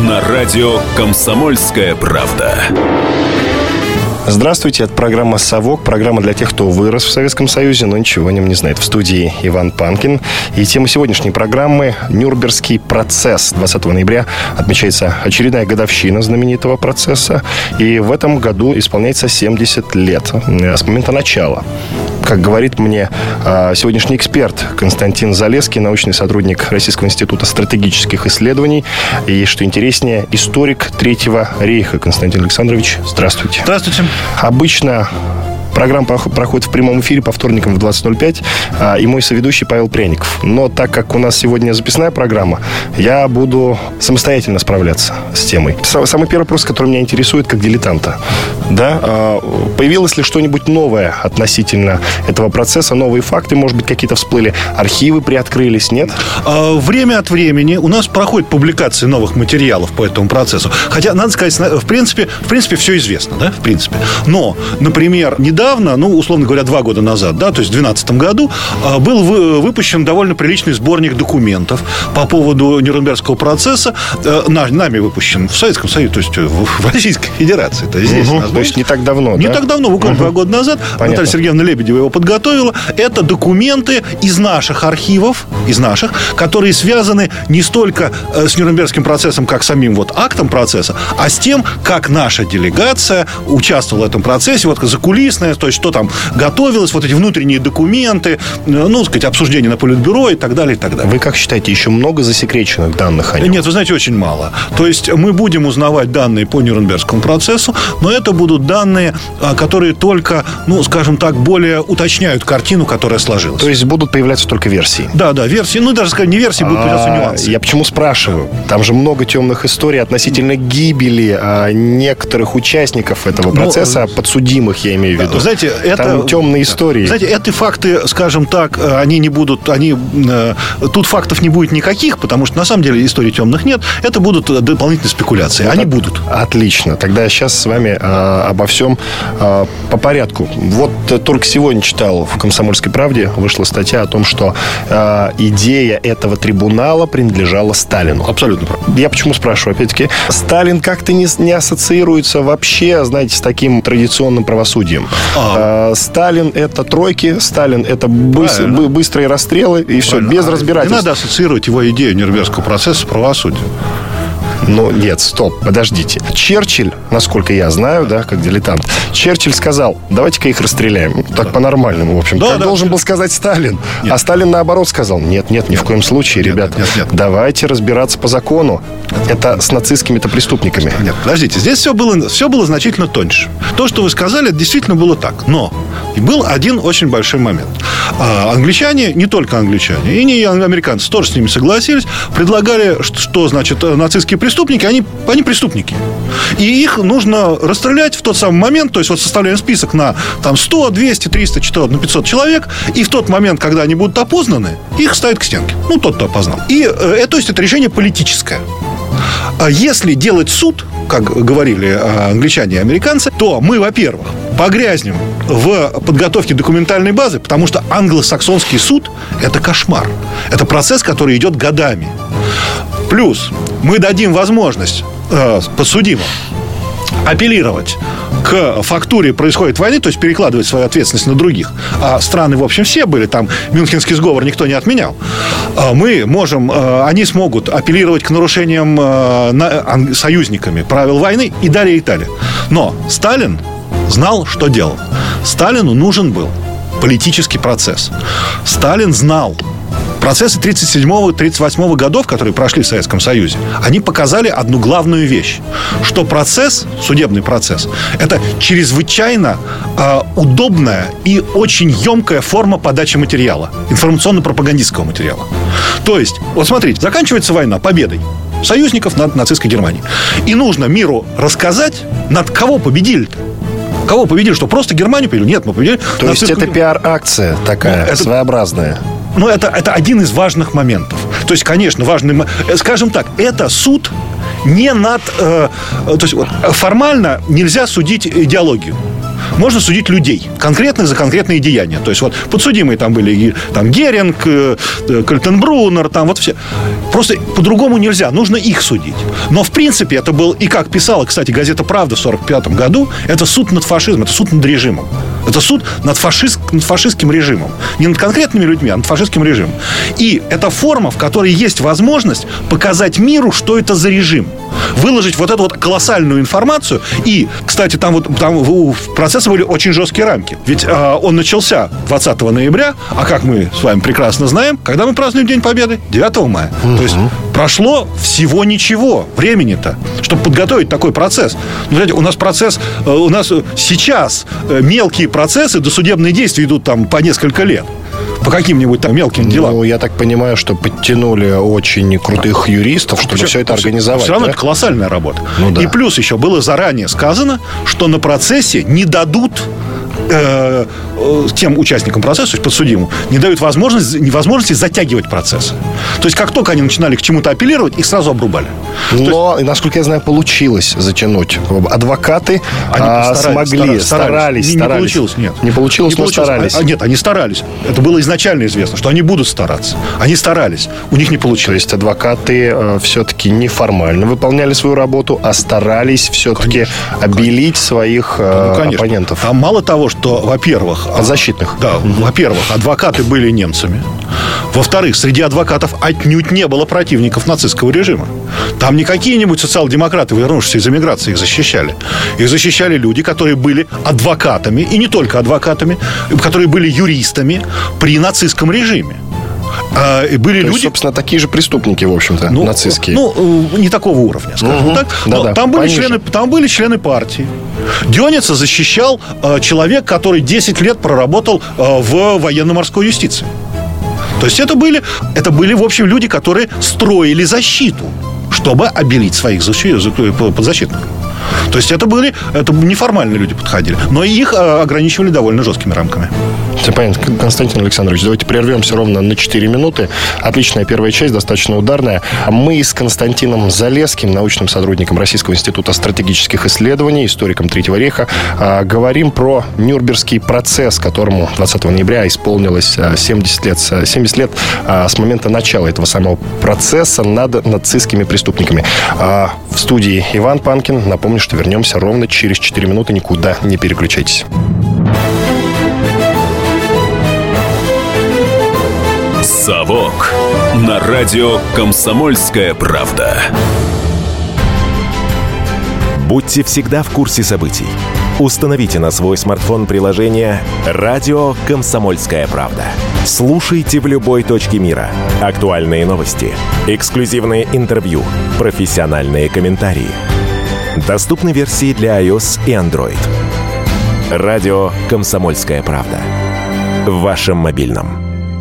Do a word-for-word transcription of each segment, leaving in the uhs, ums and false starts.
На радио «Комсомольская правда». Здравствуйте, это программа «Совок». Программа для тех, кто вырос в Советском Союзе, но ничего о нем не знает. В студии Иван Панкин. И тема сегодняшней программы – Нюрнбергский процесс. двадцатого ноября отмечается очередная годовщина знаменитого процесса. И в этом году исполняется семьдесят лет с момента начала. Как говорит мне сегодняшний эксперт Константин Залесский, научный сотрудник Российского института стратегических исследований. И, что интереснее, историк Третьего рейха. Константин Александрович, здравствуйте. Здравствуйте. Обычно программа проходит в прямом эфире по вторникам в двадцать ноль пять, и мой соведущий Павел Пряников. Но так как у нас сегодня записная программа, я буду самостоятельно справляться с темой. Самый первый вопрос, который меня интересует как дилетанта. Да? Появилось ли что-нибудь новое относительно этого процесса? Новые факты, может быть, какие-то всплыли? Архивы приоткрылись, нет? Время от времени у нас проходят публикации новых материалов по этому процессу. Хотя, надо сказать, в принципе, в принципе все известно, да, в принципе. Но, например, недавно Недавно, ну, условно говоря, два года назад, да, то есть в две тысячи двенадцатом году, был выпущен довольно приличный сборник документов по поводу Нюрнбергского процесса, нами выпущен в Советском Союзе, то есть в Российской Федерации. То есть, здесь угу, то есть не так давно, Не да? так давно, буквально угу. два года назад. Понятно. Наталья Сергеевна Лебедева его подготовила. Это документы из наших архивов, из наших, которые связаны не столько с Нюрнбергским процессом, как самим вот актом процесса, а с тем, как наша делегация участвовала в этом процессе, вот закулисная, то есть что там готовилось, вот эти внутренние документы, ну, так сказать, обсуждения на политбюро и так далее, и так далее. Вы как считаете, еще много засекреченных данных о нем? Нет, вы знаете, очень мало. То есть мы будем узнавать данные по Нюрнбергскому процессу, но это будут данные, которые только, ну, скажем так, более уточняют картину, которая сложилась. То есть будут появляться только версии? Да, да, версии, ну, даже, скажем, не версии, будут появляться нюансы. Я почему спрашиваю? Там же много темных историй относительно гибели некоторых участников этого процесса, ну, подсудимых, я имею в виду. Знаете, это, там темные истории. Знаете, эти факты, скажем так, они не будут, они, тут фактов не будет никаких, потому что на самом деле историй темных нет. Это будут дополнительные спекуляции. Вот они от, будут. Отлично. Тогда я сейчас с вами а, обо всем а, по порядку. Вот только сегодня читал в «Комсомольской правде», вышла статья о том, что а, идея этого трибунала принадлежала Сталину. Абсолютно правильно. Я почему спрашиваю? Опять-таки, Сталин как-то не, не ассоциируется вообще, знаете, с таким традиционным правосудием. А. Сталин — это тройки, Сталин — это быстр, быстрые расстрелы, и все, правильно. Без разбирательств. Не надо ассоциировать его идею Нюрнбергского процесса с правосудием. Ну, нет, стоп, подождите. Черчилль, насколько я знаю, да, как дилетант, Черчилль сказал, давайте-ка их расстреляем. Так, да. По-нормальному, в общем. Да, как да, должен да. был сказать Сталин. Нет. А Сталин, наоборот, сказал, нет, нет, ни в коем случае, нет, ребята, нет, нет, нет. давайте разбираться по закону. Это с нацистскими-то преступниками. Нет, подождите, здесь все было, все было значительно тоньше. То, что вы сказали, действительно было так. Но был один очень большой момент. А, англичане, не только англичане, и не американцы тоже с ними согласились, предлагали, что, значит, нацистские преступники, Преступники, они, они преступники. И их нужно расстрелять в тот самый момент. То есть вот составляем список на там, сто, двести, триста, четыреста, ну, пятьсот человек. И в тот момент, когда они будут опознаны, их ставят к стенке. Ну, тот, кто опознал. И э, то есть это решение политическое. А если делать суд, как говорили англичане и американцы, то мы, во-первых, погрязнем в подготовке документальной базы, потому что англосаксонский суд – это кошмар. Это процесс, который идет годами. Плюс мы дадим возможность э, подсудимым апеллировать к фактуре происходит войны, то есть перекладывать свою ответственность на других. А страны, в общем, все были, там Мюнхенский сговор никто не отменял. Мы можем, они смогут апеллировать к нарушениям союзниками правил войны и далее, и далее. Но Сталин знал, что делал. Сталину нужен был политический процесс. Сталин знал, процессы тридцать седьмого - тридцать восьмого годов, которые прошли в Советском Союзе, они показали одну главную вещь, что процесс, судебный процесс, это чрезвычайно э, удобная и очень емкая форма подачи материала, информационно-пропагандистского материала. То есть, вот смотрите, заканчивается война победой союзников над нацистской Германией. И нужно миру рассказать, над кого победили-то. Кого победили? Что просто Германию победили? Нет, мы победили. То есть это пиар-акция такая, ну, это... своеообразная. Ну, это, это один из важных моментов. То есть, конечно, важный... Скажем так, это суд не над... Э, то есть, формально нельзя судить идеологию. можно судить людей, конкретных за конкретные деяния. То есть вот подсудимые там были там, Геринг, Кальтенбруннер, там вот все. Просто по-другому нельзя, нужно их судить. Но в принципе это был, и как писала, кстати, газета «Правда» в сорок пятом году, это суд над фашизмом, это суд над режимом. Это суд над, фашист, над фашистским режимом. Не над конкретными людьми, а над фашистским режимом. И это форма, в которой есть возможность показать миру, что это за режим. Выложить вот эту вот колоссальную информацию. И, кстати, там вот там у процесса были очень жесткие рамки. Ведь э, он начался двадцатого ноября, а как мы с вами прекрасно знаем, когда мы празднуем День Победы? девятого мая. Угу. То есть прошло всего ничего времени-то, чтобы подготовить такой процесс. Ну, знаете, у нас процесс, э, у нас сейчас э, мелкие процессы, досудебные действия идут там по несколько лет. По каким-нибудь там мелким делам. Ну, я так понимаю, что подтянули очень крутых юристов, чтобы все, все это организовать. Все равно да? это колоссальная работа. Ну, да. И плюс еще было заранее сказано, что на процессе не дадут э, э, тем участникам процесса, то есть подсудимым, не дают возможность, возможности затягивать процесс. То есть как только они начинали к чему-то апеллировать, их сразу обрубали. Но, есть, насколько я знаю, получилось затянуть. Адвокаты а, старались, смогли, старались. старались, Не, старались. не получилось, нет. Не получилось, не но получилось. старались. А, нет, они старались. Это было изначально известно, что они будут стараться. Они старались. У них не получилось. То есть адвокаты э, все-таки неформально выполняли свою работу, а старались все-таки конечно, обелить конечно. своих э, ну, оппонентов. Там мало того, что, во-первых... Подзащитных. Да, угу. Во-первых, адвокаты были немцами. Во-вторых, среди адвокатов отнюдь не было противников нацистского режима. Там не какие-нибудь социал-демократы, вернувшиеся из эмиграции, их защищали. Их защищали люди, которые были адвокатами, и не только адвокатами, которые были юристами при нацистском режиме. А, и были То люди... есть, собственно, такие же преступники, в общем-то, ну, нацистские. Ну, не такого уровня, скажем угу. так. Но да, там, были члены, там были члены партии. Дёница защищал э, человек, который десять лет проработал э, в военно-морской юстиции. То есть это были, это были, в общем, люди, которые строили защиту, чтобы обелить своих подзащитных. То есть это были, это неформальные люди подходили. Но их ограничивали довольно жесткими рамками. Все понятно. Константин Александрович, давайте прервемся ровно на четыре минуты. Отличная первая часть, достаточно ударная. Мы с Константином Залесским, научным сотрудником Российского института стратегических исследований, историком Третьего рейха, говорим про Нюрнбергский процесс, которому двадцатого ноября исполнилось семьдесят лет. семьдесят лет с момента начала этого самого процесса над нацистскими преступниками. В студии Иван Панкин. Напомню, что вернемся ровно через четыре минуты. Никуда не переключайтесь. «Совок» на радио «Комсомольская правда». Будьте всегда в курсе событий. Установите на свой смартфон приложение «Радио Комсомольская правда». Слушайте в любой точке мира. Актуальные новости, эксклюзивные интервью, профессиональные комментарии. Доступны версии для iOS и Android. «Радио Комсомольская правда». В вашем мобильном.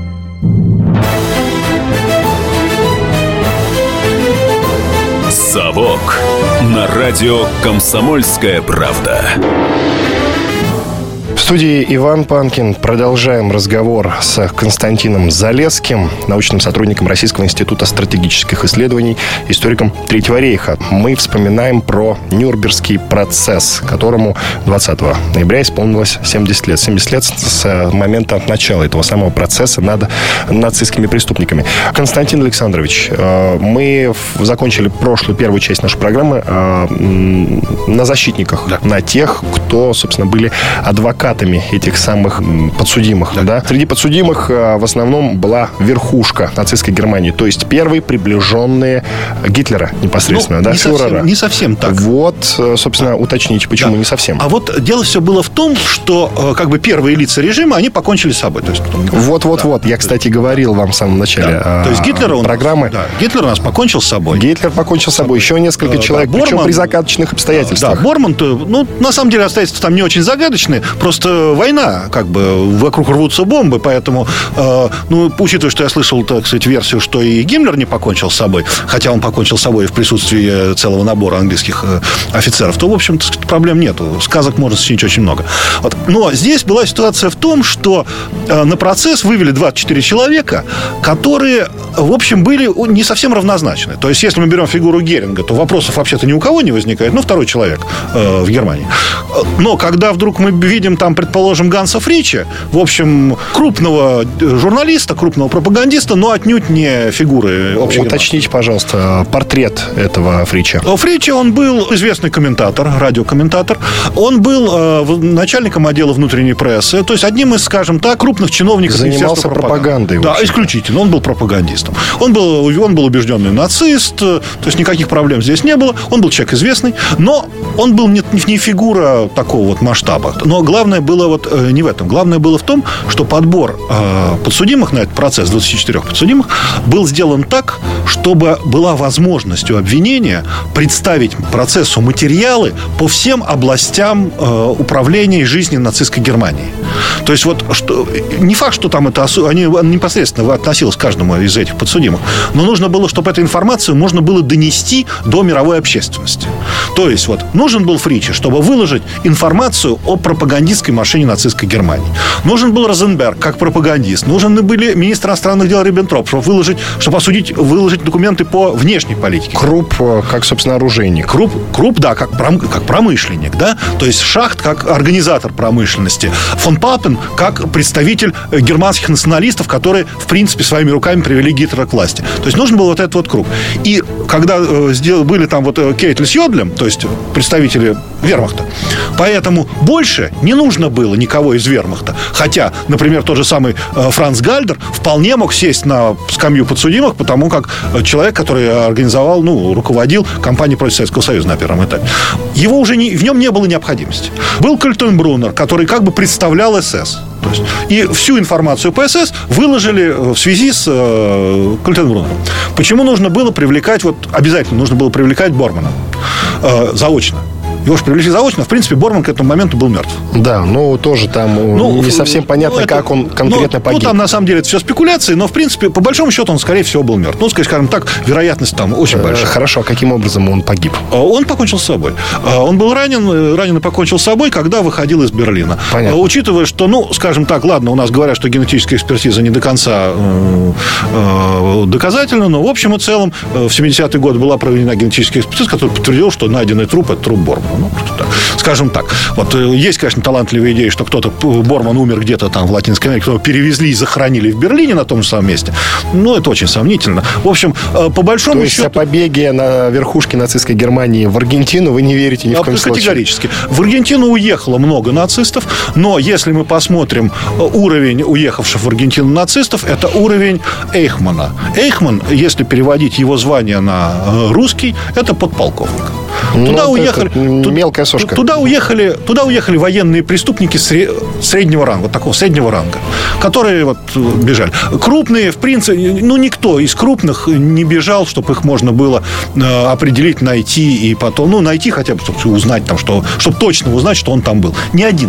«Совок» на радио «Комсомольская правда». В студии Иван Панкин. Продолжаем разговор с Константином Залесским, научным сотрудником Российского института стратегических исследований, историком Третьего рейха. Мы вспоминаем про Нюрнбергский процесс, которому двадцатого ноября исполнилось семьдесят лет. семьдесят лет с момента начала этого самого процесса над нацистскими преступниками. Константин Александрович, мы закончили прошлую первую часть нашей программы на защитниках, да. на тех, кто, собственно, были адвокатами этих самых подсудимых. Да. Да? Среди подсудимых в основном была верхушка нацистской Германии, то есть первые приближенные Гитлера непосредственно, ну, да, не фюрера. Совсем, не совсем так. Вот, собственно, уточните, почему да. не совсем. А вот дело все было в том, что как бы первые лица режима, они покончили с собой. Вот-вот-вот. Да. Я, кстати, говорил вам в самом начале да. То есть Гитлер он, программы. Да. Гитлер у нас покончил с собой. Гитлер покончил с собой. Еще несколько человек, да, Борман, причем при загадочных обстоятельствах. Да, Борман, ну, на самом деле, обстоятельства там не очень загадочные. Просто что война, как бы, вокруг рвутся бомбы, поэтому, э, ну, учитывая, что я слышал, так сказать, версию, что и Гиммлер не покончил с собой, хотя он покончил с собой в присутствии целого набора английских э, офицеров, то, в общем, так сказать, проблем нету. Сказок можно сочинить очень много. Вот. Но здесь была ситуация в том, что э, на процесс вывели двадцать четыре человека, которые, в общем, были не совсем равнозначны. То есть, если мы берем фигуру Геринга, то вопросов вообще-то ни у кого не возникает. Ну, второй человек э, в Германии. Но когда вдруг мы видим там, предположим, Ганса Фрича, в общем, крупного журналиста, крупного пропагандиста, но отнюдь не фигуры общегерманской. Уточните, пожалуйста, портрет этого Фрича. Фрича, он был известный комментатор, радиокомментатор. Он был э, начальником отдела внутренней прессы, то есть одним из, скажем так, крупных чиновников. Занимался пропагандой. Да, исключительно. Он был пропагандистом. Он был, он был убежденный нацист, то есть никаких проблем здесь не было. Он был человек известный, но он был не, не фигура такого вот масштаба. Но главное было вот э, не в этом. Главное было в том, что подбор э, подсудимых на этот процесс, двадцати четырёх подсудимых, был сделан так, чтобы была возможность у обвинения представить процессу материалы по всем областям э, управления и жизни нацистской Германии. То есть вот что, не факт, что там это они непосредственно относилось к каждому из этих подсудимых, но нужно было, чтобы эту информацию можно было донести до мировой общественности. То есть вот нужен был Фрича, чтобы выложить информацию о пропагандистской машине нацистской Германии. Нужен был Розенберг как пропагандист. Нужны были министр иностранных дел Риббентроп, чтобы выложить, чтобы осудить, выложить документы по внешней политике. Круп как, собственно, оружейник. Круп, Круп да, как, пром, как промышленник, да. То есть Шахт как организатор промышленности. Фон Папен как представитель германских националистов, которые, в принципе, своими руками привели Гитлера к власти. То есть нужен был вот этот вот круг. И когда э, сделали, были там вот Кейтель с Йодлем, то есть представители вермахта, поэтому больше не нужно было никого из вермахта. Хотя, например, тот же самый э, Франц Гальдер вполне мог сесть на скамью подсудимых, потому как человек, который организовал, ну, руководил кампанией против Советского Союза на первом этапе. Его уже не, в нем не было необходимости. Был Кальтенбруннер, который как бы представлял СС. То есть, и всю информацию по СС выложили в связи с э, Кальтенбруннером. Почему нужно было привлекать, вот обязательно нужно было привлекать Бормана э, заочно? Его же привлекли заочно. В принципе, Борман к этому моменту был мертв. Да, ну, тоже там ну, не совсем понятно, ну, это, как он конкретно ну, погиб. Ну, там, на самом деле, это все спекуляции, но, в принципе, по большому счету, он, скорее всего, был мертв. Ну, скажем так, вероятность там очень э, большая. Хорошо, а каким образом он погиб? Он покончил с собой. Он был ранен, ранен и покончил с собой, когда выходил из Берлина. Понятно. Учитывая, что, ну, скажем так, ладно, у нас говорят, что генетическая экспертиза не до конца э, э, доказательна, но, в общем и целом, в семидесятые годы была проведена генетическая экспертиза, которая подтвердила, что найденный труп – это труп Бормана. Ну, так. Скажем так. Вот есть, конечно, талантливая идея, что кто-то, Борман умер где-то там в Латинской Америке, кто перевезли и захоронили в Берлине на том же самом месте. Ну, это очень сомнительно. В общем, по большому То есть счету... о побеге на верхушке нацистской Германии в Аргентину вы не верите ни в коем случае? Категорически. В Аргентину уехало много нацистов, но если мы посмотрим уровень уехавших в Аргентину нацистов, это уровень Эйхмана. Эйхман, если переводить его звание на русский, это подполковник. Ну, туда уехали... Мелкая сошка. Туда уехали, туда уехали военные преступники среднего ранга, вот такого среднего ранга, которые вот бежали. Крупные, в принципе, ну, никто из крупных не бежал, чтобы их можно было э, определить, найти и потом, ну, найти хотя бы, чтобы узнать там, что, чтобы точно узнать, что он там был. Ни один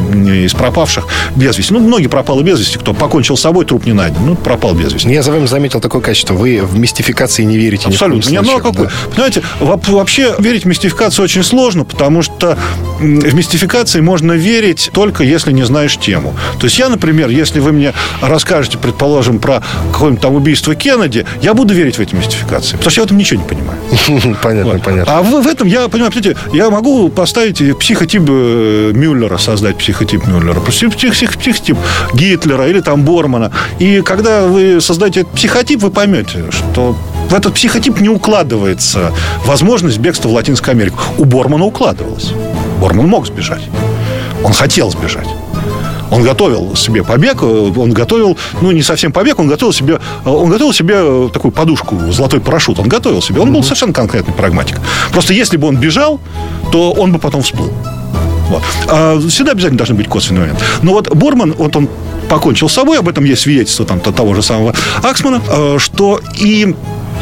из пропавших без вести. Ну, многие пропали без вести, кто покончил с собой, труп не найден. Ну, пропал без вести. Я за вами заметил такое качество. Вы в мистификации не верите. Абсолютно. Ни в коем случае, ну, а какой? Да. Понимаете, вообще верить в мистификацию очень сложно, потому что в мистификации можно верить только если не знаешь тему. То есть я, например, если вы мне расскажете, предположим, про какое-нибудь там убийство Кеннеди, я буду верить в эти мистификации, потому что я в этом ничего не понимаю. Понятно, вот. понятно. А в, в этом я понимаю, понимаете, я могу поставить психотип Мюллера, создать психотип Мюллера, психотип Гитлера или там Бормана. И когда вы создаете этот психотип, вы поймете, что в этот психотип не укладывается возможность бегства в Латинскую Америку. У Бормана укладывалась. Борман мог сбежать. Он хотел сбежать. Он готовил себе побег, он готовил, ну, не совсем побег, он готовил себе, он готовил себе такую подушку, золотой парашют, он готовил себе. Он был совершенно конкретный прагматик. Просто если бы он бежал, то он бы потом всплыл. Вот. А всегда обязательно должны быть косвенный момент. Но вот Борман, вот он покончил с собой, об этом есть свидетельство там, того же самого Аксмана, что и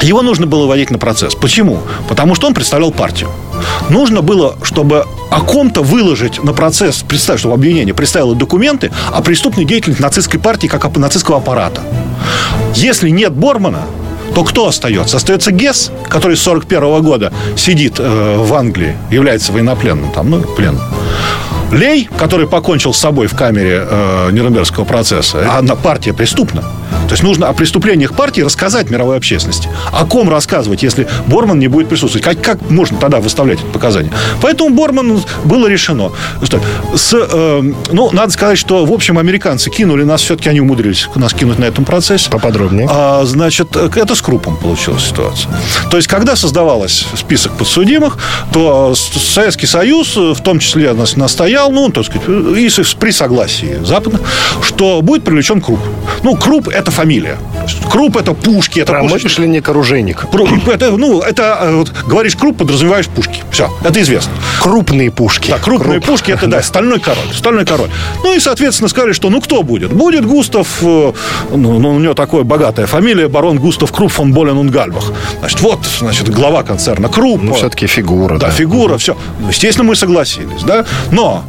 Его нужно было вводить на процесс. Почему? Потому что он представлял партию. Нужно было, чтобы о ком-то выложить на процесс, представь, чтобы обвинение представило документы о преступной деятельности нацистской партии как нацистского аппарата. Если нет Бормана, то кто остается? Остается Гесс, который с сорок первого года сидит э, в Англии, является военнопленным, там, ну, пленным. Лей, который покончил с собой в камере э, Нюрнбергского процесса, а она партия преступна. То есть нужно о преступлениях партии рассказать мировой общественности. О ком рассказывать, если Борман не будет присутствовать? Как, как можно тогда выставлять эти показания? Поэтому Борману было решено. Что, с, э, ну, надо сказать, что, в общем, американцы кинули нас, все-таки они умудрились нас кинуть на этом процессе. Поподробнее. А, значит, это с Крупом получилась ситуация. То есть, когда создавался список подсудимых, то Советский Союз, в том числе, настоял, ну, так сказать, и при согласии западных, что будет привлечен Круп. Ну, Круп – это фамилия. Круп – это пушки. Это промышленник, оружейник. Это, ну, это, вот, говоришь Круп, подразумеваешь пушки. Все, это известно. Крупные пушки. Да, крупные Круп. Пушки – это, да, стальной король. Стальной король. Ну, и, соответственно, сказали, что, ну, кто будет? Будет Густав, ну, ну у него такая богатая фамилия, барон Густав Круп фон Болен und Гальбах. Значит, вот, значит, глава концерна Круп. Ну, все-таки фигура. Да, да, фигура, все. Естественно, мы согласились, да. Но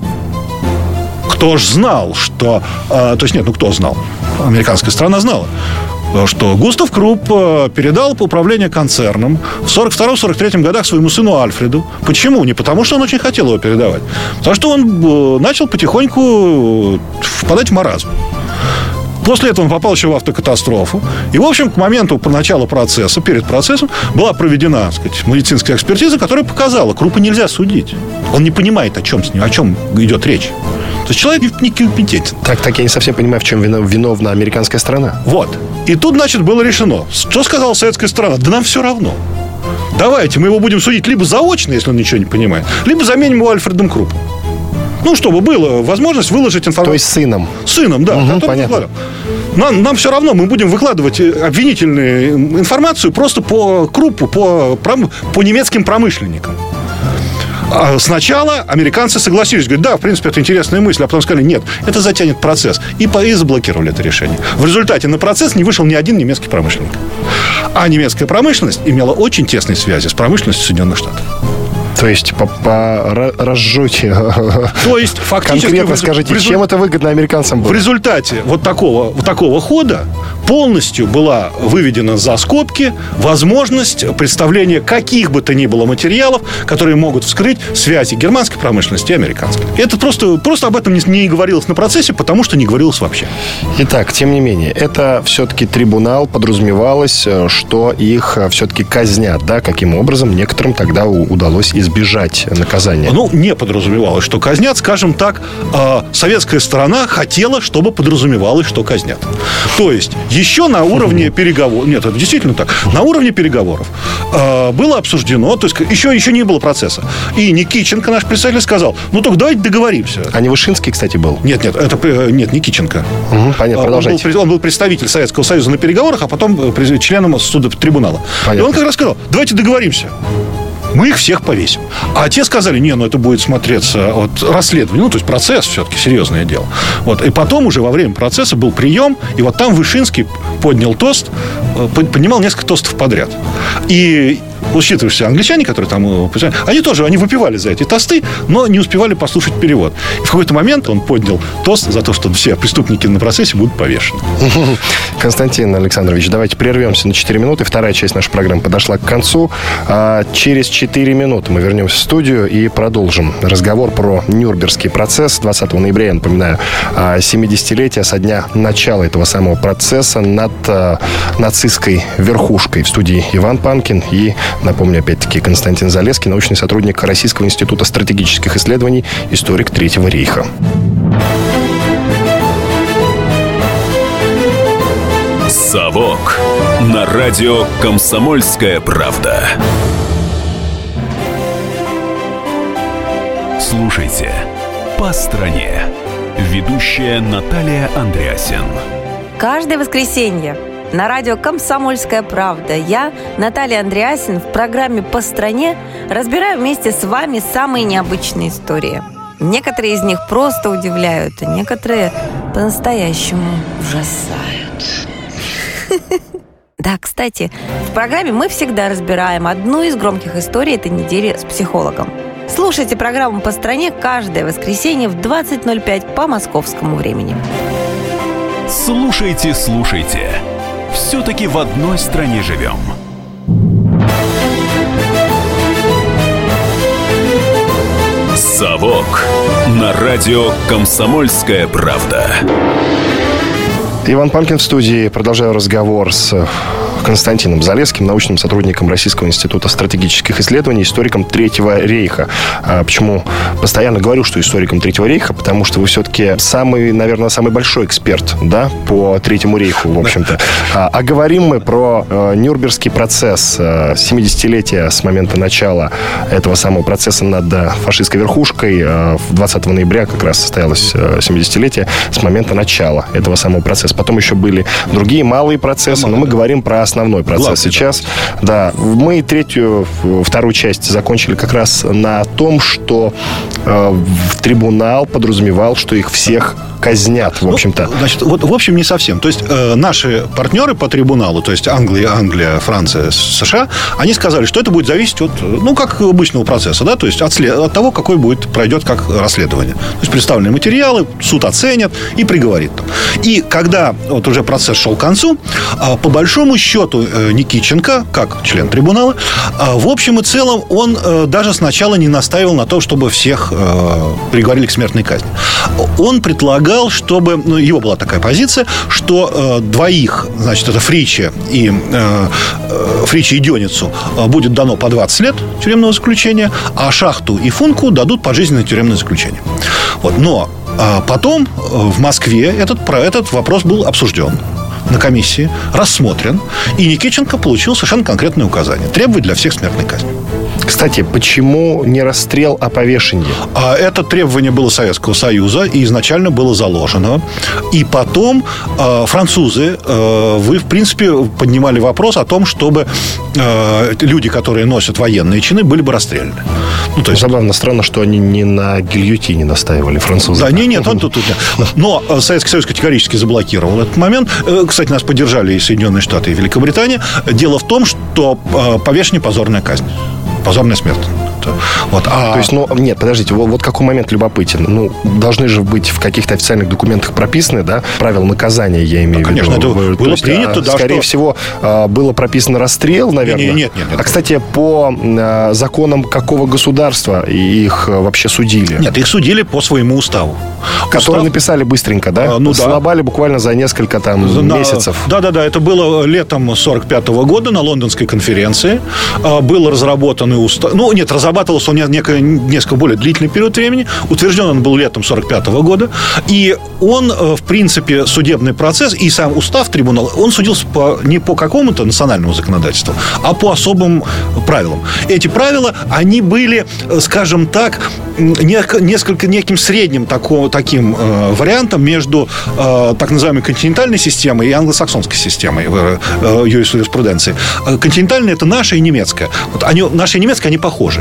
кто ж знал, что... Э, то есть, нет, ну, кто знал? Американская страна знала, что Густав Круп передал управление концерном в сорок втором — сорок третьем годах своему сыну Альфреду. Почему? Не потому, что он очень хотел его передавать. Потому что он начал потихоньку впадать в маразм. После этого он попал еще в автокатастрофу. И, в общем, к моменту начала процесса, перед процессом, была проведена, так сказать, медицинская экспертиза, которая показала, Крупа нельзя судить. Он не понимает, о чем с ним, о чем идет речь. То есть человек некомпетентен. Так, так я не совсем понимаю, в чем виновна американская страна. Вот. И тут, значит, было решено. Что сказала советская страна? Да нам все равно. Давайте, мы его будем судить либо заочно, если он ничего не понимает, либо заменим его Альфредом Крупом. Ну, чтобы была возможность выложить информацию. То есть сыном. Сыном, да. Угу, понятно. Нам, нам все равно, мы будем выкладывать обвинительную информацию просто по Крупу, по, по немецким промышленникам. А сначала американцы согласились, говорят, да, в принципе, это интересная мысль, а потом сказали, нет, это затянет процесс. И, по, и заблокировали это решение. В результате на процесс не вышел ни один немецкий промышленник. А немецкая промышленность имела очень тесные связи с промышленностью Соединенных Штатов. То есть, по, по разжуйте. То есть, фактически... Конкретно скажите, резу... чем это выгодно американцам было? В результате вот такого, вот такого хода полностью была выведена за скобки возможность представления каких бы то ни было материалов, которые могут вскрыть связи германской промышленности и американской. Это просто, просто об этом не, не говорилось на процессе, потому что не говорилось вообще. Итак, тем не менее, это все-таки трибунал, подразумевалось, что их все-таки казнят, да? Каким образом некоторым тогда удалось избежать наказания? Ну, не подразумевалось, что казнят. Скажем так, э, советская сторона хотела, чтобы подразумевалось, что казнят. То есть, еще на уровне переговоров... Нет, это действительно так. На уровне переговоров э, было обсуждено, то есть, еще, еще не было процесса. И Никитченко, наш представитель, сказал, ну, только давайте договоримся. А не Вышинский, кстати, был? Нет, нет, это... Нет, Никитченко. Угу, понятно, продолжайте. Он был, он был представитель Советского Союза на переговорах, а потом членом суда трибунала. Понятно. И он как раз сказал, давайте договоримся. Мы их всех повесим. А те сказали, не, ну это будет смотреться вот, расследование. Ну, то есть процесс все-таки серьезное дело. Вот. И потом уже во время процесса был прием, и вот там Вышинский поднял тост, поднимал несколько тостов подряд. И учитывая, что англичане, которые там... Они тоже, они выпивали за эти тосты, но не успевали послушать перевод. И в какой-то момент он поднял тост за то, что все преступники на процессе будут повешены. Константин Александрович, давайте прервемся на четыре минуты. Вторая часть нашей программы подошла к концу. А через четыре минуты мы вернемся в студию и продолжим разговор про Нюрнбергский процесс. двадцатого ноября, я напоминаю, семидесятилетие со дня начала этого самого процесса над нацистской верхушкой. В студии Иван Панкин и, напомню, опять-таки, Константин Залесский, научный сотрудник Российского института стратегических исследований, историк Третьего рейха. «Совок» на радио «Комсомольская правда». Слушайте «По стране». Ведущая Наталья Андреасин. Каждое воскресенье на радио «Комсомольская правда» я, Наталья Андреасин, в программе «По стране» разбираю вместе с вами самые необычные истории. Некоторые из них просто удивляют, а некоторые по-настоящему ужасают. Да, кстати, в программе мы всегда разбираем одну из громких историй этой недели с психологом. Слушайте программу «По стране» каждое воскресенье в двадцать ноль пять по московскому времени. Слушайте, слушайте. Все-таки в одной стране живем. «Совок» на радио «Комсомольская правда». Иван Панкин в студии. Продолжаю разговор с Константином Залесским, научным сотрудником Российского института стратегических исследований, историком Третьего рейха. А почему постоянно говорю, что историком Третьего рейха? Потому что вы все-таки самый, наверное, самый большой эксперт, да, по Третьему рейху, в общем-то. А, а говорим мы про э, Нюрнбергский процесс, э, семидесятилетие с момента начала этого самого процесса над э, фашистской верхушкой. Э, двадцатого ноября как раз состоялось э, семидесятилетие с момента начала этого самого процесса. Потом еще были другие малые процессы, но мы говорим про основной процесс. Главный, сейчас. Да. да, мы третью, вторую часть закончили как раз на том, что э, трибунал подразумевал, что их всех казнят, в общем-то. Ну, значит, вот в общем не совсем. То есть э, наши партнеры по трибуналу, то есть Англия, Англия, Франция, США, они сказали, что это будет зависеть от, ну, как обычного процесса, да, то есть от, след... от того, какой будет, пройдет как расследование. То есть представленные материалы, суд оценит и приговорит. И когда вот уже процесс шел к концу, э, по большому счету э, Никитченко, как член трибунала, э, в общем и целом он э, даже сначала не настаивал на том, чтобы всех э, приговорили к смертной казни. Он предлагал, чтобы, ну, его была такая позиция, что э, двоих, значит, это Фрича и э, Фрича и Дёницу э, будет дано по двадцать лет тюремного заключения, а Шахту и Функу дадут пожизненное тюремное заключение. Вот. Но э, потом э, в Москве этот, про этот вопрос был обсужден на комиссии, рассмотрен, и Никитченко получил совершенно конкретное указание: требовать для всех смертной казни. Кстати, почему не расстрел, а повешение? А это требование было Советского Союза и изначально было заложено. И потом э, французы, э, вы, в принципе, поднимали вопрос о том, чтобы э, люди, которые носят военные чины, были бы расстреляны. Ну, то есть... Забавно, странно, что они не на гильотине настаивали, французы. Да, нет, нет, он тут, тут нет. Но Советский Союз категорически заблокировал этот момент. Кстати, нас поддержали и Соединенные Штаты, и Великобритания. Дело в том, что повешение – позорная казнь. Позорная смерть. Вот, а... То есть, ну, нет, подождите, вот, вот какой момент любопытен. Ну, должны же быть в каких-то официальных документах прописаны, да, правила наказания, я имею да, в виду. Конечно, это Вы, было есть, принято, а, да. Скорее что... всего, было прописано расстрел, наверное. Нет, нет, нет, нет. А, кстати, по законам какого государства их вообще судили? Нет, их судили по своему уставу. Который Устав... написали быстренько, да? А, ну, Слабали да. буквально за несколько там на... месяцев. Да-да-да, это было летом сорок пятого года на Лондонской конференции. Был разработан устав... Ну, нет, разрабатывался он некое, несколько более длительный период времени. Утвержден он был летом сорок пятого года. И он, в принципе, судебный процесс и сам устав трибунала, он судился по, не по какому-то национальному законодательству, а по особым правилам. Эти правила, они были, скажем так, несколько неким средним такого, таким э, вариантом между э, так называемой континентальной системой и англосаксонской системой э, э, юриспруденции. Континентальная – это наша и немецкая. Вот они, наша и немецкая, они похожи.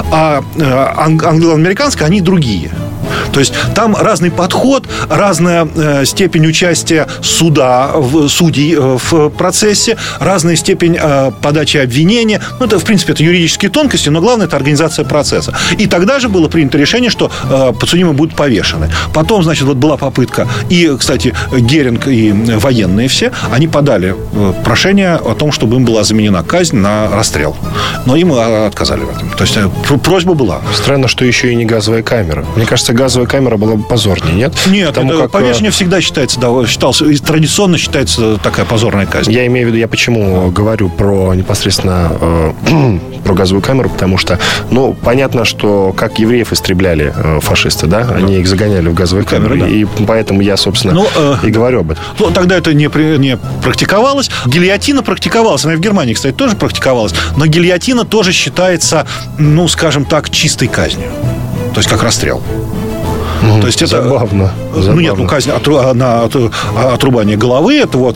А э, англо-американская, они другие. То есть там разный подход, разная э, степень участия суда, в, судей э, в процессе, разная степень э, подачи обвинения. Ну, это, в принципе, это юридические тонкости, но главное – это организация процесса. И тогда же было принято решение, что э, подсудимые будут повешены. Потом, значит, вот была попытка, и, кстати, Геринг и военные все, они подали э, прошение о том, чтобы им была заменена казнь на расстрел. Но им отказали в этом. То есть э, просьба была. Странно, что еще и не газовая камера. Мне кажется, газовая камера была бы позорнее, нет? Нет, это, как... повешение всегда считается, да, считался, традиционно считается такая позорная казнь. Я имею в виду, я почему говорю про непосредственно э, про газовую камеру, потому что, ну, понятно, что как евреев истребляли э, фашисты, да? да, они их загоняли в газовые камеры, камеры, да. И поэтому я, собственно, ну, э, и говорю об этом. Ну, тогда это не, не практиковалось. Гильотина практиковалась, она и в Германии, кстати, тоже практиковалась, но гильотина тоже считается, ну, скажем так, чистой казнью. То есть как расстрел. Mm-hmm. То есть это... Забавно. Ну, Забавно. нет, ну, казнь отру... на отрубание головы, это вот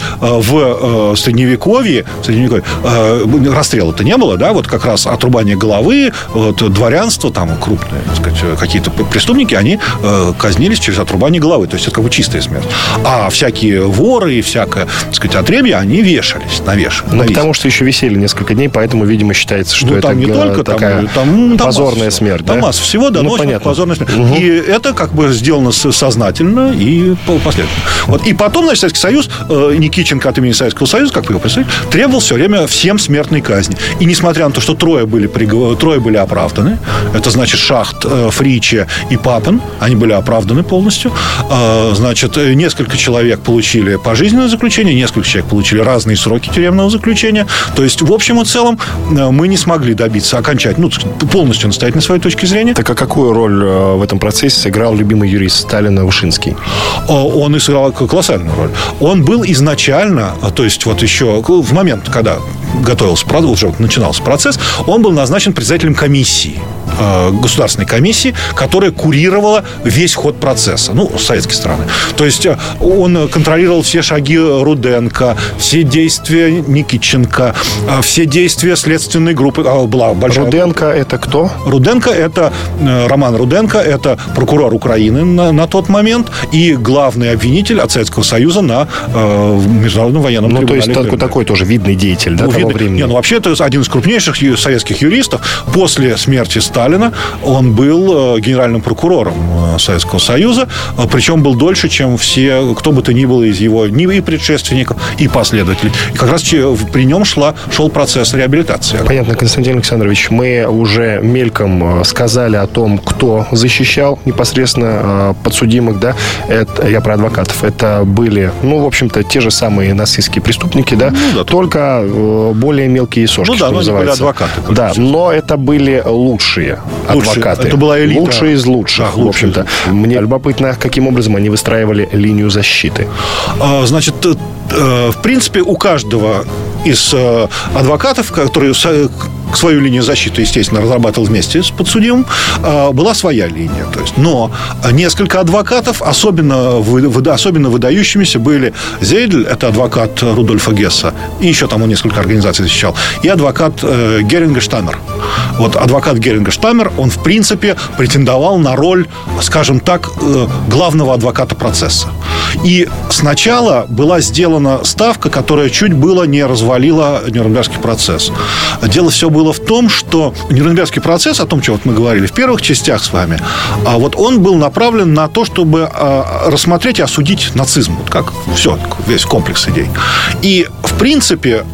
в Средневековье, в Средневековье расстрела-то не было, да, вот как раз отрубание головы, вот, дворянство, там, крупные, так сказать, какие-то преступники, они казнились через отрубание головы. То есть это как бы чистая смерть. А всякие воры и всякое, так сказать, отребье, они вешались, навешивали. Ну, потому что еще висели несколько дней, поэтому, видимо, считается, что ну, это там не только, такая там, там, позорная там смерть. Там да? масса всего, да, ну, но понятно. Позорная смерть. Угу. И это как бы сделано сознательно и последовательно. Вот. И потом, значит, Советский Союз, э, Никитченко от имени Советского Союза, как вы его представляете, требовал все время всем смертной казни. И несмотря на то, что трое были, приговор... трое были оправданы, это значит Шахт, э, Фриче и Папен, они были оправданы полностью, э, значит, несколько человек получили пожизненное заключение, несколько человек получили разные сроки тюремного заключения. То есть, в общем и целом, э, мы не смогли добиться окончательно, ну, полностью настоять на своей точке зрения. Так а какую роль в этом процессе сыграл любимый юрист Сталина Вышинский? Он и сыграл колоссальную роль. Он был изначально, то есть вот еще в момент, когда готовился, уже начинался процесс, он был назначен председателем комиссии, государственной комиссии, которая курировала весь ход процесса, ну, с советской стороны. То есть он контролировал все шаги Руденко, все действия Никитченко, все действия следственной группы. Была большая... Руденко это кто? Руденко это Роман Руденко, это прокурор Украины на, на тот момент и главный обвинитель от Советского Союза на э, Международном военном ну, трибунале. Ну, то есть такой, такой тоже видный деятель, да, ну, того видный... времени. Не, ну, вообще, это один из крупнейших советских юристов. После смерти Сталина он был генеральным прокурором Советского Союза, причем был дольше, чем все, кто бы то ни было из его ни и предшественников, и последователей. И как раз при нем шла, шел процесс реабилитации. Понятно, Константин Александрович, мы уже мельком сказали о том, кто защищал непосредственно подсудимых, да, это, я про адвокатов, это были, ну, в общем-то, те же самые нацистские преступники, да, ну, да только более мелкие сошки, ну, да, что называется. Были адвокаты. Да, но это были лучшие Лучшие. адвокаты. Это была элита. Лучшие из лучших, да, в общем-то. Мне любопытно, каким образом они выстраивали линию защиты. А, значит, в принципе, у каждого из адвокатов, которые свою линию защиты, естественно, разрабатывал вместе с подсудимым, была своя линия. То есть, но несколько адвокатов, особенно, особенно выдающимися, были Зейдль, это адвокат Рудольфа Гесса, и еще там он несколько организаций защищал, и адвокат Геринга Штаммер. Вот адвокат Геринга Штаммер, он, в принципе, претендовал на роль, скажем так, главного адвоката процесса. И сначала была сделана ставка, которая чуть было не развалила Нюрнбергский процесс. Дело все было в том, что Нюрнбергский процесс, о том, что вот мы говорили в первых частях с вами, а вот он был направлен на то, чтобы рассмотреть и осудить нацизм. Вот как все, весь комплекс идей. И, в принципе,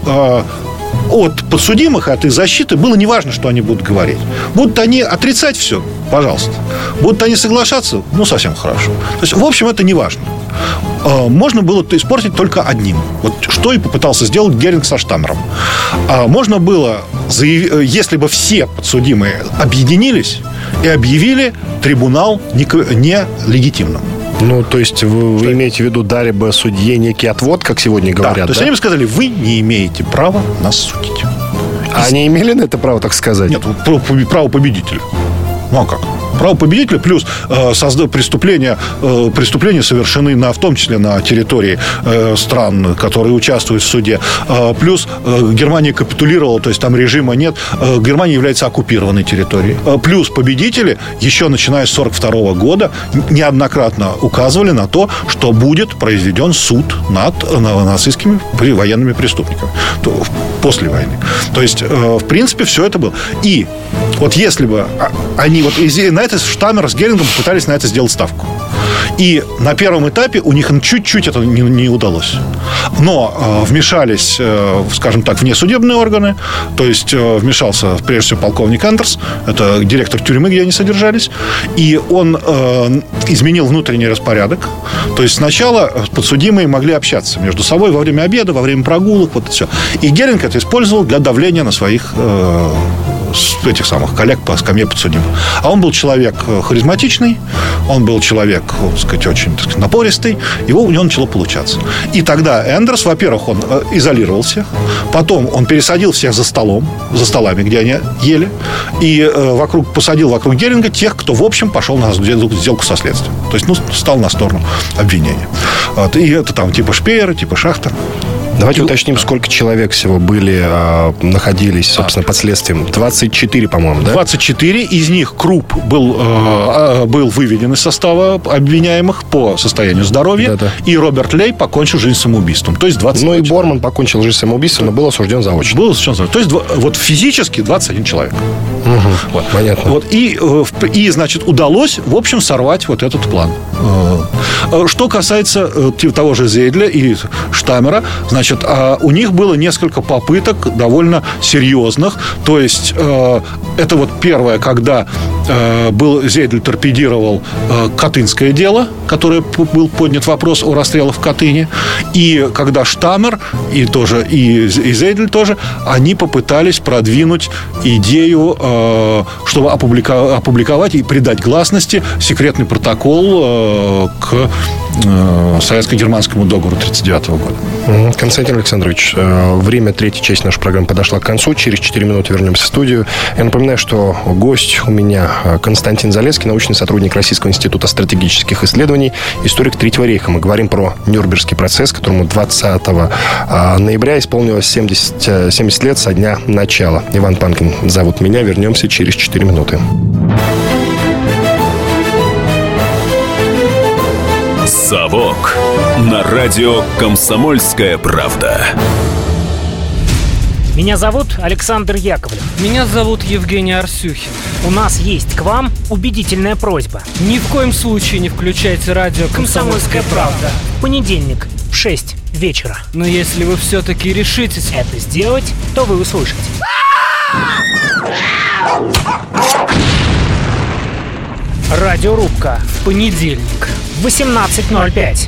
от подсудимых, от их защиты было неважно, что они будут говорить. Будут они отрицать все, пожалуйста. Будут они соглашаться, ну, совсем хорошо. То есть, в общем, это неважно. Можно было испортить только одним. Вот что и попытался сделать Геринг со Штаммером. Можно было, если бы все подсудимые объединились и объявили трибунал нелегитимным. Ну, то есть вы, вы имеете в виду, дали бы судье некий отвод, как сегодня говорят, да? То есть да? они бы сказали, вы не имеете права нас судить. А они имели на это право, так сказать? Нет, право победителя. Ну, а как? Право победителя плюс э, созда- преступления, э, преступления совершены на, в том числе на территории э, стран, которые участвуют в суде. Э, плюс э, Германия капитулировала, то есть там режима нет. Э, Германия является оккупированной территорией. Э, плюс победители еще начиная с сорок второго года неоднократно указывали на то, что будет произведен суд над э, нацистскими военными преступниками то, после войны. То есть, э, в принципе, все это было. И вот если бы они вот на это Штаммер с Герингом пытались на это сделать ставку. И на первом этапе у них чуть-чуть это не, не удалось. Но э, вмешались, э, скажем так, внесудебные органы. То есть э, вмешался, прежде всего, полковник Андерс. Это директор тюрьмы, где они содержались. И он э, изменил внутренний распорядок. То есть сначала подсудимые могли общаться между собой во время обеда, во время прогулок. Вот это все. И Геринг это использовал для давления на своих э, этих самых коллег по скамье подсудимых. А он был человек харизматичный, он был человек, так сказать, очень, так сказать, напористый, его у него начало получаться. И тогда Эндерс, во-первых, он изолировался, потом он пересадил всех за столом, за столами, где они ели, и вокруг, посадил вокруг Геринга тех, кто, в общем, пошел на сделку со следствием. То есть, ну, стал на сторону обвинения. Вот. И это там типа Шпеера, типа Шахтер. Давайте уточним, сколько человек всего были, э, находились, собственно, под следствием. двадцать четыре, по-моему, да? двадцать четыре. Из них Круп был, э, был выведен из состава обвиняемых по состоянию здоровья. Да-да. И Роберт Лей покончил жизнь самоубийством. То есть двадцать. Ну и Борман покончил жизнь самоубийством, но был осужден заочно. Был осужден заочно. То есть вот физически двадцать один человек. Угу, вот. Понятно. Вот. И, и, значит, удалось, в общем, сорвать вот этот план. Что касается того же Зейдля и Штаммера, значит, у них было несколько попыток довольно серьезных. То есть это вот первое, когда был Зейдль торпедировал Катынское дело, которое был поднят вопрос о расстрелах в Катыни. И когда Штаммер и тоже и, и Зейдль тоже, они попытались продвинуть идею, чтобы опублика- опубликовать и придать гласности секретный протокол к советско-германскому договору тридцать девятого года. Константин Александрович, время третьей части нашей программы подошла к концу. Через четыре минуты вернемся в студию. Я напоминаю, что гость у меня Константин Залесский, научный сотрудник Российского института стратегических исследований, историк Третьего рейха. Мы говорим про Нюрнбергский процесс, которому двадцатого ноября исполнилось семьдесят, семьдесят лет со дня начала. Иван Панкин зовут меня. Вернемся через четыре минуты. «Совок» на радио «Комсомольская правда». Меня зовут Александр Яковлев. Меня зовут Евгений Арсюхин. У нас есть к вам убедительная просьба. Ни в коем случае не включайте радио «Комсомольская правда». В понедельник в шесть вечера. Но если вы все-таки решитесь это сделать, то вы услышите. Радиорубка. В понедельник в восемнадцать ноль пять.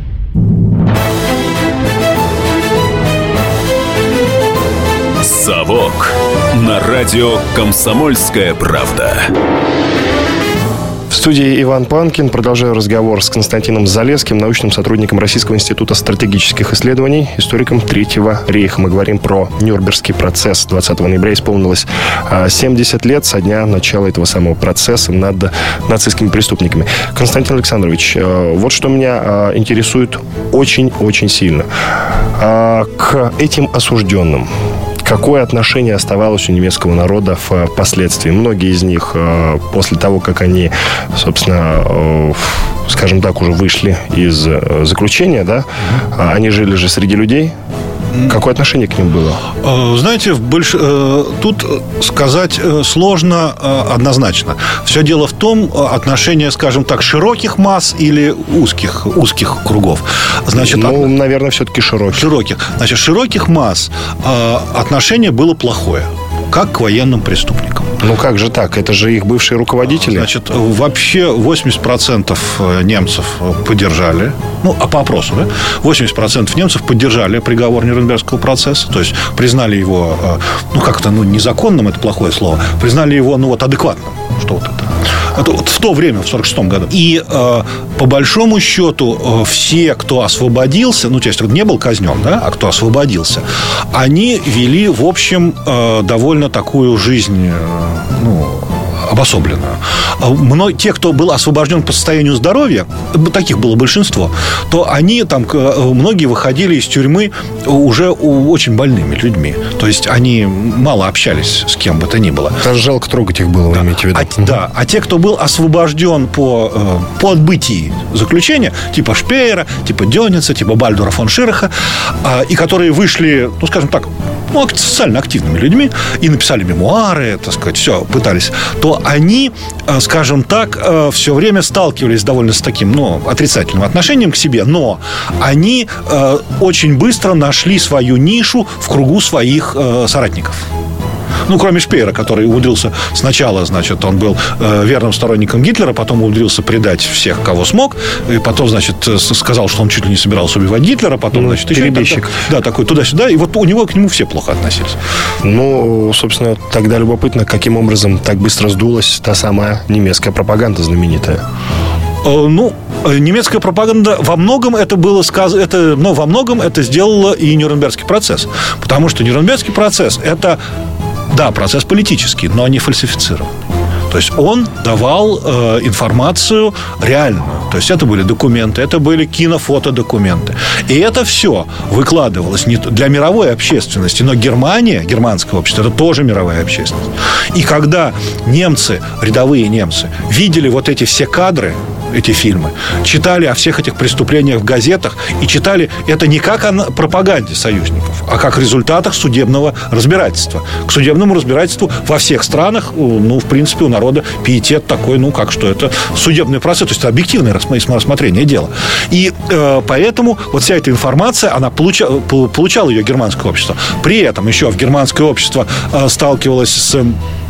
«Совок» на радио «Комсомольская правда». В студии Иван Панкин. Продолжаю разговор с Константином Залесским, научным сотрудником Российского института стратегических исследований, историком Третьего рейха. Мы говорим про Нюрнбергский процесс. двадцатого ноября исполнилось семьдесят лет со дня начала этого самого процесса над нацистскими преступниками. Константин Александрович, вот что меня интересует очень-очень сильно. К этим осужденным какое отношение оставалось у немецкого народа впоследствии? Многие из них после того, как они, собственно, скажем так, уже вышли из заключения, да, они жили же среди людей. Какое отношение к ним было? Знаете, больш... тут сказать сложно однозначно. Все дело в том, отношение, скажем так, широких масс или узких, узких кругов. Значит, ну, от... наверное, все-таки широких. Широких. Значит, широких масс отношение было плохое, как к военным преступникам. Ну как же так? Это же их бывшие руководители. Значит, вообще восемьдесят процентов немцев поддержали, ну, а по опросу, да, восемьдесят процентов немцев поддержали приговор Нюрнбергского процесса, то есть признали его, ну, как-то, ну, незаконным, это плохое слово, признали его, ну, вот, адекватным, что вот это. Это вот в то время, в сорок шестом году. И э, по большому счету э, все, кто освободился, ну, то есть не был казнен, да, а кто освободился, они вели, в общем, э, довольно такую жизнь, э, ну, обособленную. Мно... Те, кто был освобожден по состоянию здоровья, таких было большинство, то они там, многие выходили из тюрьмы уже очень больными людьми. То есть они мало общались с кем бы то ни было. Даже жалко трогать их было, вы да. имеете в виду. А, да, а те, кто был освобожден по, по отбытии заключения, типа Шпеера, типа Дёница, типа Бальдура фон Шираха, и которые вышли, ну, скажем так, ну, социально активными людьми и написали мемуары, так сказать, все, пытались, то они, скажем так, все время сталкивались довольно с таким, ну, отрицательным отношением к себе, но они очень быстро нашли свою нишу в кругу своих соратников. Ну, кроме Шпеера, который умудрился сначала, значит, он был э, верным сторонником Гитлера, потом умудрился предать всех, кого смог, и потом, значит, сказал, что он чуть ли не собирался убивать Гитлера, потом, ну, значит, еще перебежчик. Да, такой туда-сюда, и вот у него к нему все плохо относились. Ну, собственно, тогда любопытно, каким образом так быстро сдулась та самая немецкая пропаганда знаменитая. Ну, немецкая пропаганда во многом это было сказано, это, но во многом это сделало и Нюрнбергский процесс. Потому что Нюрнбергский процесс это, да, процесс политический, но не фальсифицирован. То есть он давал э, информацию реальную. То есть это были документы, это были кинофотодокументы. И это все выкладывалось не для мировой общественности, но Германия, германское общество, это тоже мировая общественность. И когда немцы, рядовые немцы, видели вот эти все кадры, эти фильмы, читали о всех этих преступлениях в газетах и читали это не как о пропаганде союзников, а как о результатах судебного разбирательства. К судебному разбирательству во всех странах, ну, в принципе, у народа пиетет такой, ну, как что это судебный процесс, то есть это объективное рассмотрение дела. И э, поэтому вот вся эта информация, она получа, получала ее германское общество. При этом еще в германское общество э, сталкивалось с...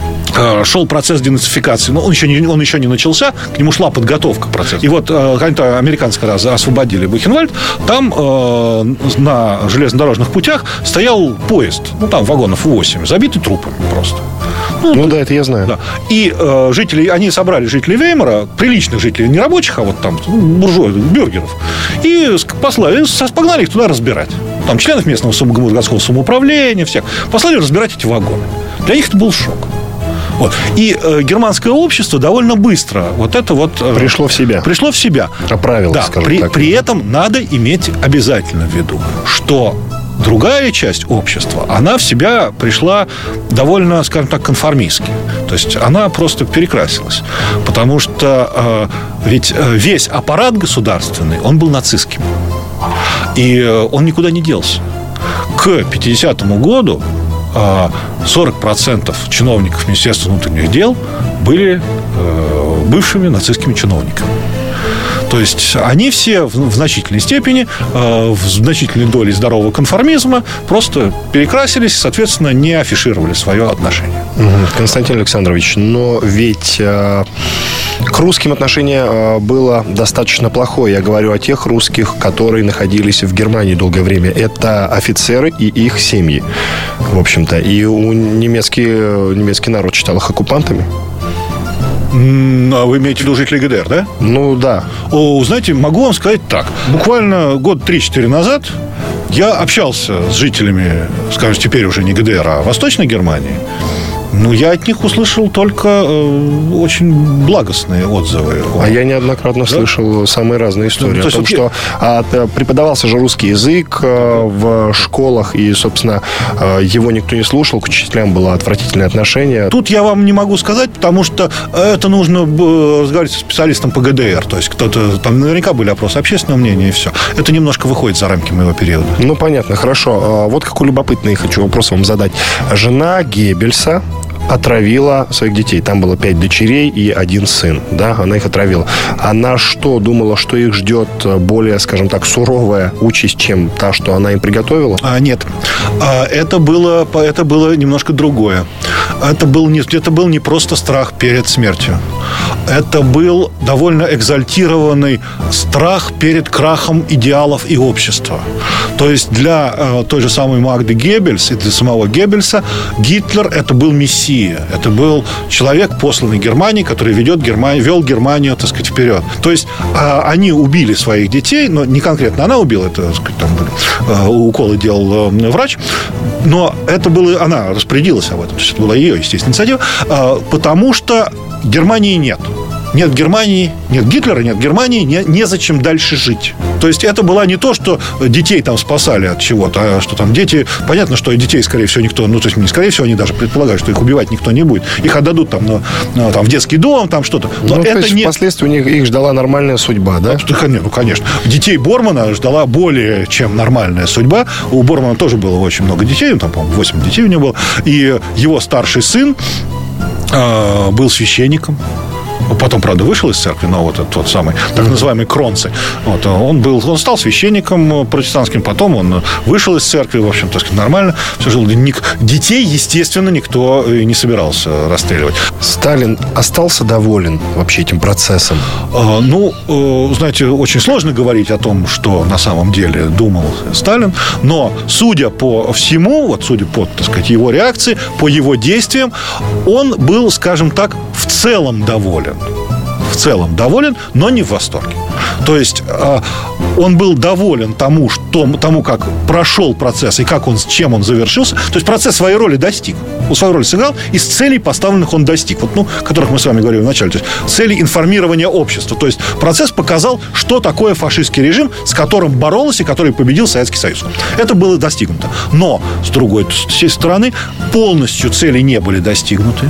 шел процесс денацификации, но он еще, не, он еще не начался, к нему шла подготовка процесса. И вот, когда американцы когда освободили Бухенвальд, там э, на железнодорожных путях стоял поезд, ну, там вагонов восемь, забитый трупами просто. Ну, ну да, это я знаю. Да. И э, жители, они собрали жителей Веймара, приличных жителей, не рабочих, а вот там буржуев, бюргеров, и послали, погнали их туда разбирать. Там членов местного городского самоуправления, всех. Послали разбирать эти вагоны. Для них это был шок. Вот. И э, германское общество довольно быстро вот это вот... Э, пришло в себя. Пришло в себя. Оправилось, да, скажем при, так. При этом надо иметь обязательно в виду, что другая часть общества, она в себя пришла довольно, скажем так, конформистски. То есть она просто перекрасилась. Потому что э, ведь весь аппарат государственный, он был нацистским. И э, он никуда не делся. К пятидесятому году сорок процентов чиновников Министерства внутренних дел были э, бывшими нацистскими чиновниками. То есть они все в, в значительной степени, э, в значительной доле здорового конформизма просто перекрасились, соответственно, не афишировали свое отношение. Константин Александрович, но ведь э, к русским отношение э, было достаточно плохое. Я говорю о тех русских, которые находились в Германии долгое время. Это офицеры и их семьи, в общем-то. И у немецкий, немецкий народ считал их оккупантами. А вы имеете в виду жителей ГДР, да? Ну, да. О, знаете, могу вам сказать так. Буквально год три-четыре назад я общался с жителями, скажем, теперь уже не ГДР, а Восточной Германии. Ну, я от них услышал только э, очень благостные отзывы. А я неоднократно да? слышал самые разные истории. Ну, то о том, вот что а, преподавался же русский язык а, в школах, и, собственно, а, его никто не слушал, к учителям было отвратительное отношение. Тут я вам не могу сказать, потому что это нужно разговаривать с специалистом по ГДР. То есть кто-то, там наверняка были опросы общественного мнения, и все. Это немножко выходит за рамки моего периода. Ну, понятно, хорошо. Вот какой любопытный хочу вопрос вам задать. Жена Геббельса отравила своих детей. Там было пять дочерей и один сын. Да, она их отравила. Она что, думала, что их ждет более, скажем так, суровая участь, чем та, что она им приготовила? А, нет. А, это, было, это было немножко другое. Это был, не, это был не просто страх перед смертью. Это был довольно экзальтированный страх перед крахом идеалов и общества. То есть для э, той же самой Магды Геббельс и для самого Геббельса Гитлер – это был мессия. Это был человек, посланный Германии, который ведет Германию, вел Германию, так сказать, вперед. То есть э, они убили своих детей, но не конкретно она убила, это, так сказать, там э, уколы делал э, врач, но это было, она распорядилась об этом, то есть это была ее, естественно, инициатива, э, потому что Германии нет. Нет Германии, нет Гитлера, нет Германии, не, незачем дальше жить. То есть это было не то, что детей там спасали от чего-то, а что там дети... Понятно, что детей, скорее всего, никто... Ну, то есть, не скорее всего, они даже предполагают, что их убивать никто не будет. Их отдадут там, ну, ну, там в детский дом, там что-то. Но ну, это то есть, не... впоследствии у них их ждала нормальная судьба, да? Ну, конечно. Детей Бормана ждала более чем нормальная судьба. У Бормана тоже было очень много детей. Там, по-моему, восемь детей у него было. И его старший сын э, был священником. потом, правда, вышел из церкви, но вот этот тот самый, так называемый Кронце, вот, он был, он стал священником протестантским, потом он вышел из церкви, в общем, так сказать, нормально все жил. Детей, естественно, никто не собирался расстреливать. Сталин остался доволен вообще этим процессом? А, ну, знаете, очень сложно говорить о том, что на самом деле думал Сталин, но, судя по всему, вот судя по, так сказать, его реакции, по его действиям, он был, скажем так, в целом доволен. В целом доволен, но не в восторге. То есть он был доволен тому, что, тому, как прошел процесс и как он, чем он завершился. То есть процесс своей роли достиг. Он свою роль сыграл, и с целей поставленных он достиг. Вот, ну, которых мы с вами говорили в начале. То есть цели информирования общества. То есть процесс показал, что такое фашистский режим, с которым боролся и который победил Советский Союз. Это было достигнуто. Но, с другой стороны, полностью цели не были достигнуты.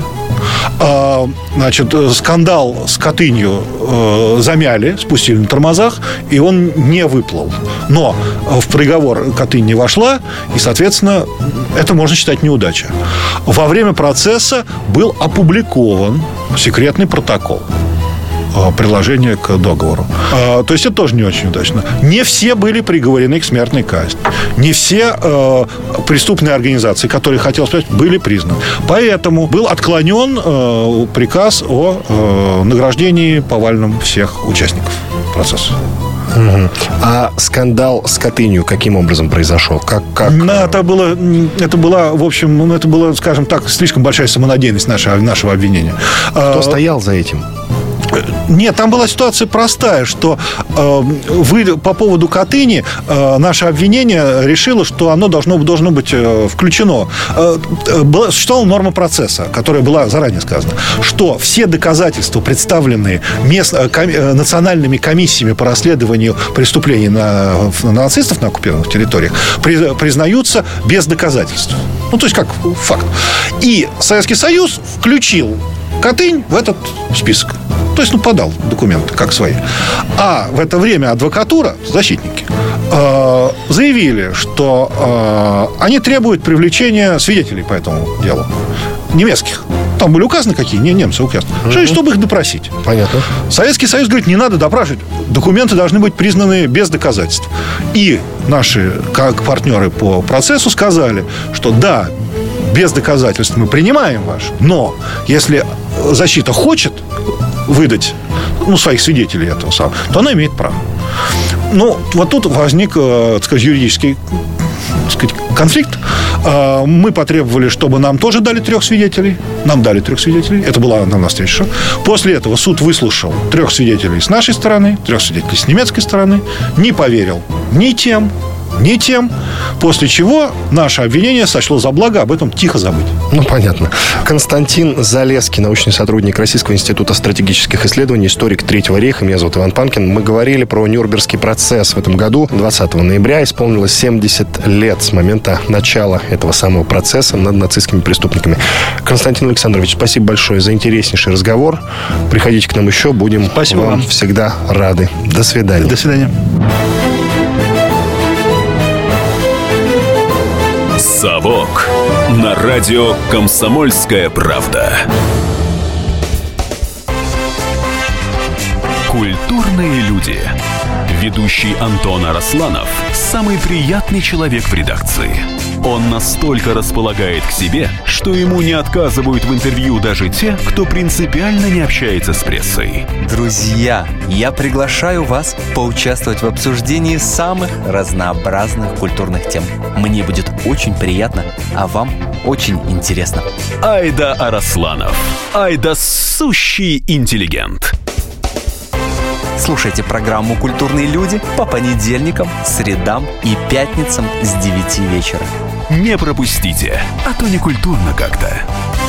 Значит, скандал с Катынью э, замяли, спустили на тормозах, и он не выплыл. Но в приговор Катынь не вошла, и, соответственно, это можно считать неудачей. Во время процесса был опубликован секретный протокол, приложение к договору. То есть это тоже не очень удачно. Не все были приговорены к смертной казни. Не все э, преступные организации, которые хотел сказать, были признаны. Поэтому был отклонен э, приказ о э, награждении повальным всех участников процесса. Угу. А скандал с Катынью каким образом произошел? Как, как... Это было, это была, в общем, ну, это была, скажем так, слишком большая самонадеянность нашего, нашего обвинения. Кто а, стоял за этим? Нет, там была ситуация простая, что э, вы, по поводу Катыни э, наше обвинение решило, что оно должно, должно быть э, включено. Э, была, существовала норма процесса, которая была заранее сказана, что все доказательства, представленные мест, э, ком, э, национальными комиссиями по расследованию преступлений на, на нацистов на оккупированных территориях, при, признаются без доказательств. Ну, то есть как факт. И Советский Союз включил Катынь в этот список. То есть, ну, подал документы как свои. А в это время адвокатура, защитники, э, заявили, что э, они требуют привлечения свидетелей по этому делу. Немецких. Там были указаны какие? Не, немцы указаны. Mm-hmm. Чтобы их допросить. Понятно. Советский Союз говорит, не надо допрашивать. Документы должны быть признаны без доказательств. И наши, как партнеры по процессу, сказали, что да, без доказательств мы принимаем ваш, но если защита хочет выдать, ну, своих свидетелей этого самого, то она имеет право. Ну, вот тут возник, так сказать, юридический, так сказать, конфликт. Мы потребовали, чтобы нам тоже дали трех свидетелей. Нам дали трех свидетелей. Это была нам навстречу. После этого суд выслушал трех свидетелей с нашей стороны, трех свидетелей с немецкой стороны. Не поверил ни тем, ни тем. После чего наше обвинение сочло за благо об этом тихо забыть. Ну, понятно. Константин Залесский, научный сотрудник Российского института стратегических исследований, историк Третьего рейха. Меня зовут Иван Панкин. Мы говорили про Нюрнбергский процесс в этом году. двадцатого ноября исполнилось семьдесят лет с момента начала этого самого процесса над нацистскими преступниками. Константин Александрович, спасибо большое за интереснейший разговор. Приходите к нам еще. Будем спасибо вам, вам всегда рады. До свидания. До свидания. «Совок» на радио «Комсомольская правда». Культурные люди. Ведущий Антон Арасланов – самый приятный человек в редакции. Он настолько располагает к себе, что ему не отказывают в интервью даже те, кто принципиально не общается с прессой. Друзья, я приглашаю вас поучаствовать в обсуждении самых разнообразных культурных тем. Мне будет очень приятно, а вам очень интересно. Айда Арасланов. Айда сущий интеллигент. Слушайте программу «Культурные люди» по понедельникам, средам и пятницам с девяти вечера. Не пропустите, а то не культурно как-то.